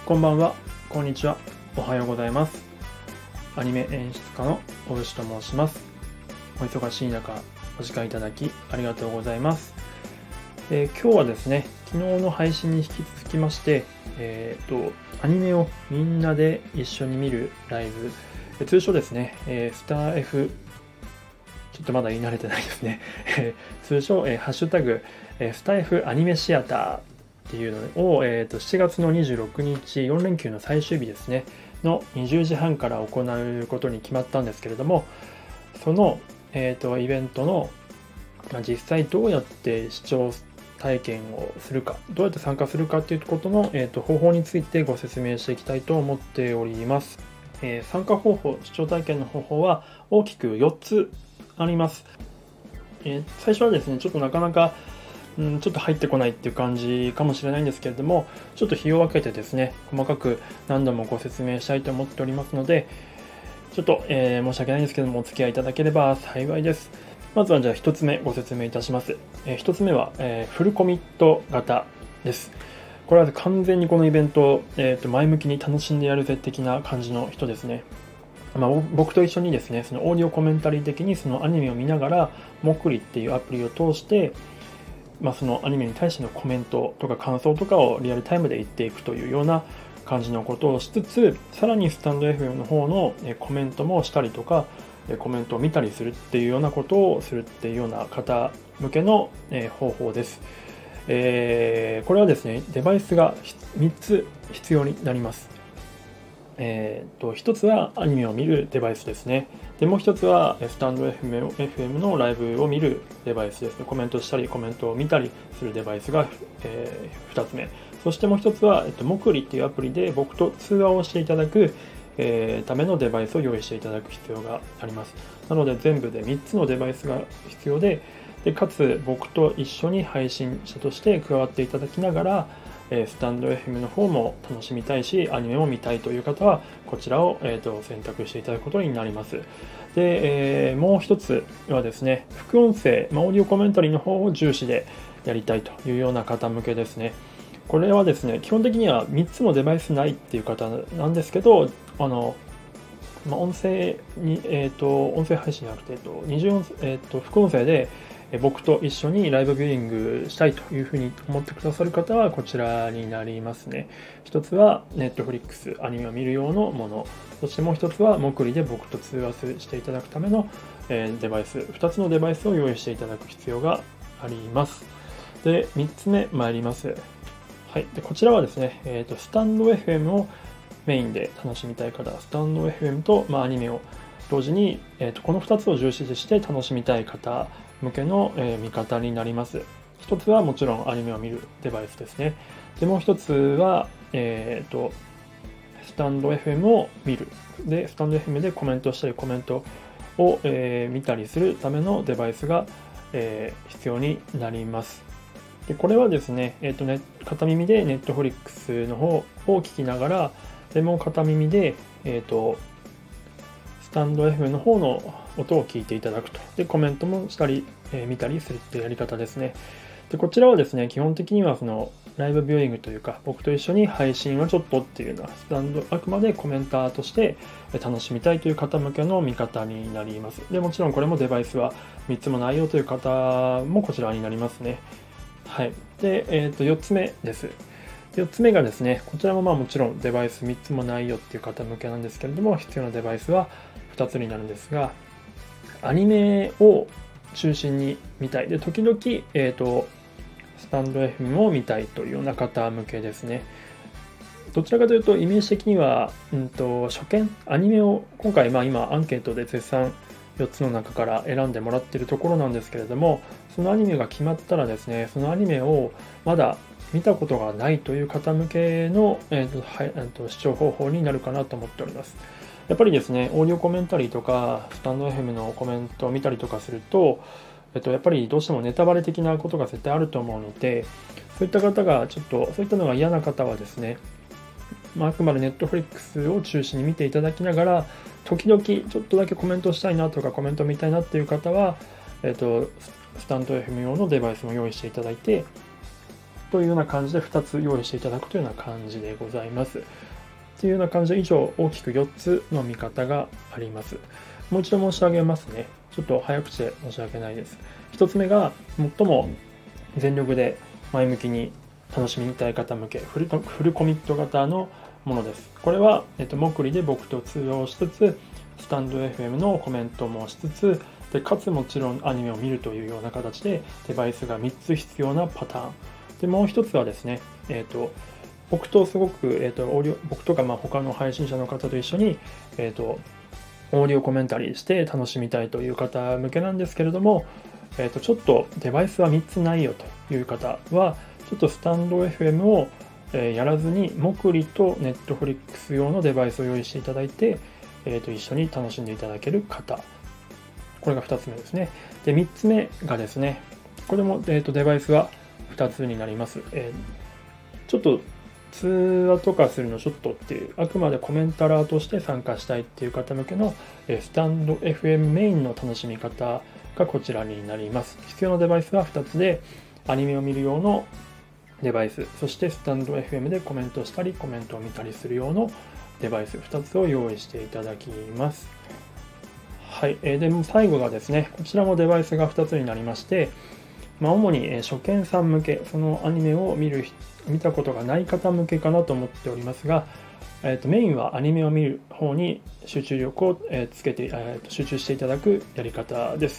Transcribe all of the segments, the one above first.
こんばんは、こんにちは、おはようございます。アニメ演出家の小渕と申します。お忙しい中、お時間いただきありがとうございます。今日はですね、昨日の配信に引き続きまして、アニメをみんなで一緒に見るライブ、通称ですね、スター F、ちょっとまだ言い慣れてないですね。通称、ハッシュタグ、スター F アニメシアターっていうのを、7月の26日、4連休の最終日ですね、の20時半から行うことに決まったんですけれども、その、イベントの実際どうやって視聴体験をするか、どうやって参加するかということの、方法についてご説明していきたいと思っております。参加方法、視聴体験の方法は大きく4つあります。最初はですね、ちょっとなかなかちょっと入ってこないっていう感じかもしれないんですけれども、ちょっと日を分けてですね、細かく何度もご説明したいと思っておりますので、ちょっと、申し訳ないんですけども、お付き合いいただければ幸いです。まずはじゃあ1つ目ご説明いたします。1つ目は、フルコミット型です。これは完全にこのイベントを、前向きに楽しんでやるぜ的な感じの人ですね。僕と一緒にですね、そのオーディオコメンタリー的にそのアニメを見ながら、もくりっていうアプリを通して、そのアニメに対してのコメントとか感想とかをリアルタイムで言っていくというような感じのことをしつつ、さらにスタンド FM の方のコメントもしたりとか、コメントを見たりするっていうようなことをするっていうような方向けの方法です。これはですね、デバイスが3つ必要になります。1つはアニメを見るデバイスですね。でもう1つはスタンド FM のライブを見るデバイスですね。コメントしたりコメントを見たりするデバイスが、2つ目。そしてもう1つは、もくりっていうアプリで僕と通話をしていただく、ためのデバイスを用意していただく必要があります。なので全部で3つのデバイスが必要で、かつ僕と一緒に配信者として加わっていただきながら、スタンド FM の方も楽しみたいし、アニメも見たいという方は、こちらを、選択していただくことになります。で、もう一つはですね、副音声、オーディオコメンタリーの方を重視でやりたいというような方向けですね。これはですね、基本的には3つのデバイスないっていう方なんですけど、音声に、音声配信じゃなくて、副音声で、僕と一緒にライブビューイングしたいというふうに思ってくださる方はこちらになりますね。一つは Netflix アニメを見る用のもの、そしてもう一つはもくりで僕と通話していただくためのデバイス、2つのデバイスを用意していただく必要があります。で、3つ目参ります。はい、でこちらはですね、スタンド FM をメインで楽しみたい方、スタンド FM と、アニメを同時に、この2つを重視して楽しみたい方向けの、見方になります。一つはもちろんアニメを見るデバイスですね。でもう一つは、スタンド FM を見る。で、スタンド FM でコメントしたりコメントを、見たりするためのデバイスが、必要になります。でこれはですね、片耳で Netflix の方を聞きながら、でも片耳で、スタンド FM の方の音を聞いていただくと。で、コメントもしたり、見たりするっていうやり方ですね。で、こちらはですね、基本的にはそのライブビューイングというか、僕と一緒に配信はちょっとっていうのは、あくまでコメンターとして楽しみたいという方向けの見方になります。で、もちろんこれもデバイスは3つもないよという方もこちらになりますね。はい。で、4つ目です。4つ目がですね、こちらももちろんデバイス3つもないよっていう方向けなんですけれども、必要なデバイスは2つになるんですが、アニメを中心に見たい。で、時々、スタンド FM を見たいというような方向けですね。どちらかというと、イメージ的には、初見、アニメを今回、今アンケートで絶賛4つの中から選んでもらっているところなんですけれども、そのアニメが決まったらですね、そのアニメをまだ見たことがないという方向けの、視聴方法になるかなと思っております。やっぱりですね、オーディオコメンタリーとか、スタンド FM のコメントを見たりとかすると、やっぱりどうしてもネタバレ的なことが絶対あると思うので、そういった方がそういったのが嫌な方はですね、あくまで Netflix を中心に見ていただきながら、時々ちょっとだけコメントしたいなとかコメント見たいなっていう方は、スタンド FM 用のデバイスも用意していただいて、 というような感じで2つ用意していただくというような感じでございます。というような感じで以上大きく4つの見方があります。もう一度申し上げますね。ちょっと早口で申し訳ないです。1つ目が最も全力で前向きに楽しみたい方向けフルコミット型のものです。これは、もくりで僕と通用しつつ、スタンド FM のコメントもしつつ、でかつもちろんアニメを見るというような形でデバイスが3つ必要なパターン。でもう一つはですね、僕とすごく、僕とか他の配信者の方と一緒に、オーディオコメンタリーして楽しみたいという方向けなんですけれども、ちょっとデバイスは3つないよという方は、ちょっとスタンド FM をやらずに、もくりと Netflix 用のデバイスを用意していただいて、一緒に楽しんでいただける方。これが2つ目ですね。で、3つ目がですね、これも、デバイスは2つになります。ちょっと通話とかするのちょっとっていう、あくまでコメンタラーとして参加したいっていう方向けの、スタンド FM メインの楽しみ方がこちらになります。必要なデバイスは2つで、アニメを見る用のデバイス、そしてスタンド FM でコメントしたり、コメントを見たりする用のデバイス2つを用意していただきます。はい。で、最後がですね、こちらもデバイスが2つになりまして、主に初見さん向け、そのアニメを見たことがない方向けかなと思っておりますが、メインはアニメを見る方に集中力をつけて、集中していただくやり方です。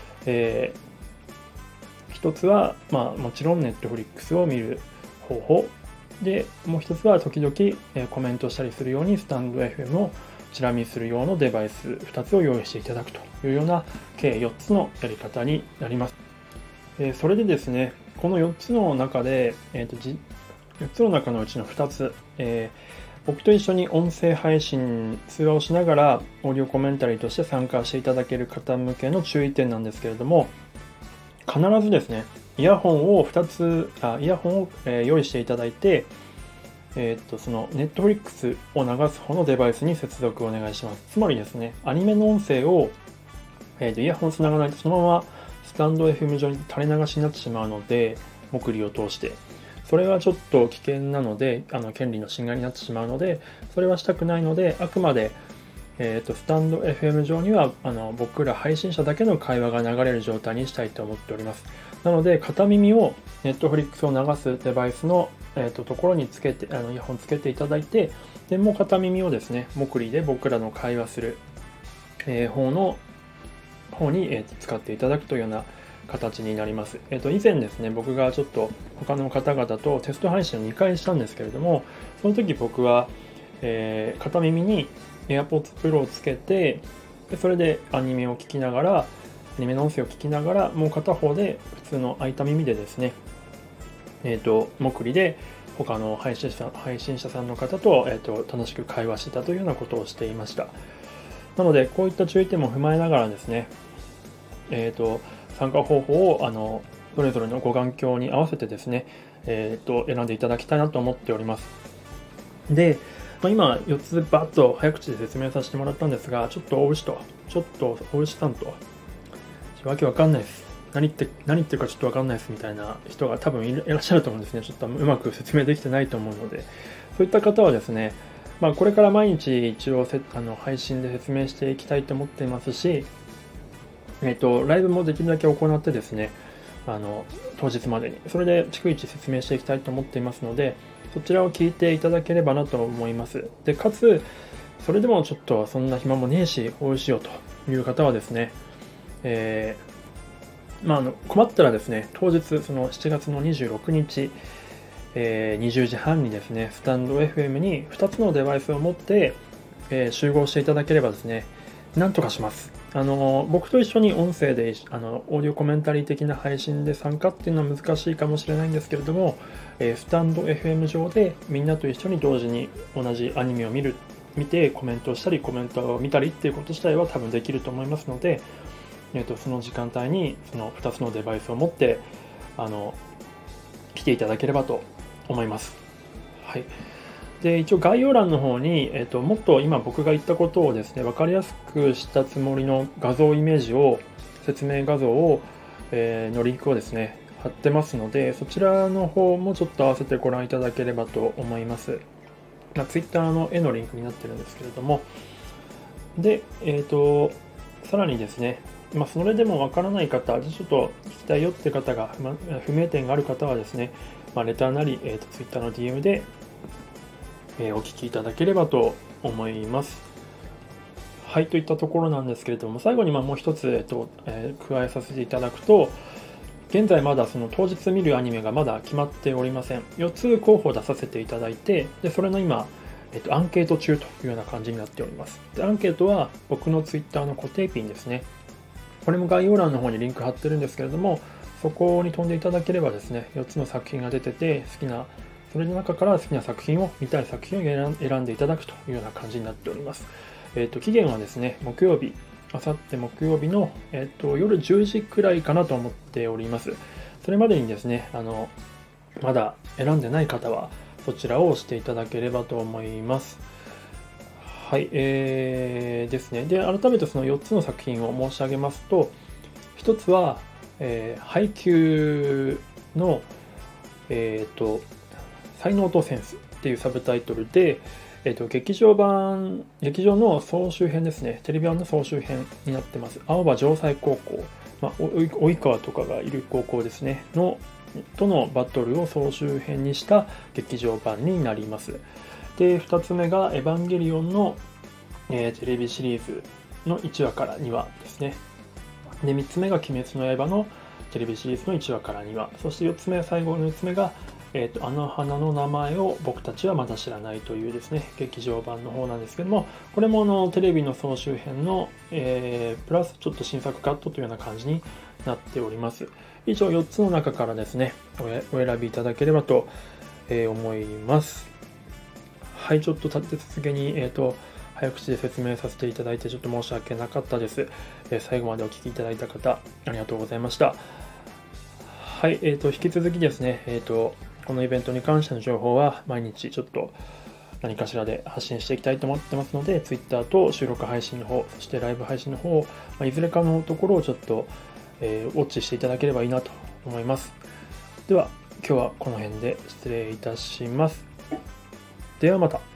一つは、もちろん Netflix を見る方法で、もう一つは時々コメントしたりするようにスタンド FM をチラ見する用のデバイス2つを用意していただくというような計4つのやり方になります。それでですね、この4つの中で、4つの中のうちの2つ、僕と一緒に音声配信、通話をしながらオーディオコメンタリーとして参加していただける方向けの注意点なんですけれども、必ずですね、イヤホンを用意していただいて、その Netflix を流す方のデバイスに接続をお願いします。つまりですね、アニメの音声を、イヤホンつながないとそのままスタンド FM 上に垂れ流しになってしまうので、もくりを通して。それはちょっと危険なので、権利の侵害になってしまうので、それはしたくないので、あくまで、スタンド FM 上には僕ら配信者だけの会話が流れる状態にしたいと思っております。なので、片耳を Netflix を流すデバイスの、ところにつけて、イヤホンつけていただいて、でもう片耳をですね、もくりで僕らの会話する、方に、使っていただくというような形になります。以前ですね、僕がちょっと他の方々とテスト配信を2回したんですけれども、その時僕は、片耳に AirPods Pro をつけて、でそれでアニメを聞きながら、アニメの音声を聞きながら、もう片方で普通の開いた耳でですね、もくりで他の配信者さんの方と、楽しく会話してたというようなことをしていました。なので、こういった注意点も踏まえながらですね、参加方法をそれぞれのご環境に合わせてですね、選んでいただきたいなと思っております。で、今4つバッと早口で説明させてもらったんですが、ちょっと大牛さんとわけわかんないです。何言ってるかちょっとわかんないですみたいな人が多分いらっしゃると思うんですね。ちょっとうまく説明できてないと思うので、そういった方はですね、これから毎日一応配信で説明していきたいと思っていますし、ライブもできるだけ行ってですね、当日までに、それで逐一説明していきたいと思っていますので、そちらを聞いていただければなと思います。で、かつ、それでもちょっとそんな暇もねえし、おいしいよという方はですね、困ったらですね、当日、その7月の26日、20時半にですね、スタンド FM に2つのデバイスを持って、集合していただければですね、なんとかします。僕と一緒に音声でオーディオコメンタリー的な配信で参加っていうのは難しいかもしれないんですけれども、スタンド FM 上でみんなと一緒に同時に同じアニメを見てコメントをしたりコメントを見たりっていうこと自体は多分できると思いますので、その時間帯にその2つのデバイスを持って来ていただければと思います。はい。で、一応概要欄の方に、もっと今僕が言ったことをですね、分かりやすくしたつもりの画像イメージを、説明画像を、のリンクをですね、 貼ってますので、そちらの方もちょっと合わせてご覧いただければと思います。Twitter の絵のリンクになってるんですけれども、で、さらにですね、それでもわからない方、ちょっと聞きたいよって方が、不明点がある方はですね、レターなり、Twitter の DM で、お聞きいただければと思います。はい、といったところなんですけれども、最後にもう一つ、加えさせていただくと、現在まだその当日見るアニメがまだ決まっておりません。4つ候補を出させていただいて、でそれの今、アンケート中というような感じになっております。でアンケートは僕の Twitter の固定ピンですね。これも概要欄の方にリンク貼ってるんですけれども、そこに飛んでいただければですね、4つの作品が出てて、それの中から好きな作品を、見たい作品を選んでいただくというような感じになっております。期限はですね、木曜日、あさって木曜日の、夜10時くらいかなと思っております。それまでにですね、まだ選んでない方は、そちらを押していただければと思います。はい、ですね。で、改めてその4つの作品を申し上げますと、1つは、配給の、才能とセンスっていうサブタイトルで、劇場の総集編ですね。テレビ版の総集編になってます。青葉城西高校、及川とかがいる高校ですね。とのバトルを総集編にした劇場版になります。で、2つ目がエヴァンゲリオンの、テレビシリーズの1話から2話ですね。で、3つ目が鬼滅の刃のテレビシリーズの1話から2話。そして最後の4つ目があの花の名前を僕たちはまだ知らないというですね、劇場版の方なんですけども、これもテレビの総集編の、プラスちょっと新作カットというような感じになっております。以上4つの中からですね、お選びいただければと、思います。はい、ちょっと立て続けに、早口で説明させていただいてちょっと申し訳なかったです。最後までお聞きいただいた方、ありがとうございました。はい、引き続きですね、このイベントに関しての情報は毎日ちょっと何かしらで発信していきたいと思ってますので、Twitter と収録配信の方、そしてライブ配信の方、いずれかのところをちょっと、ウォッチしていただければいいなと思います。では、今日はこの辺で失礼いたします。ではまた。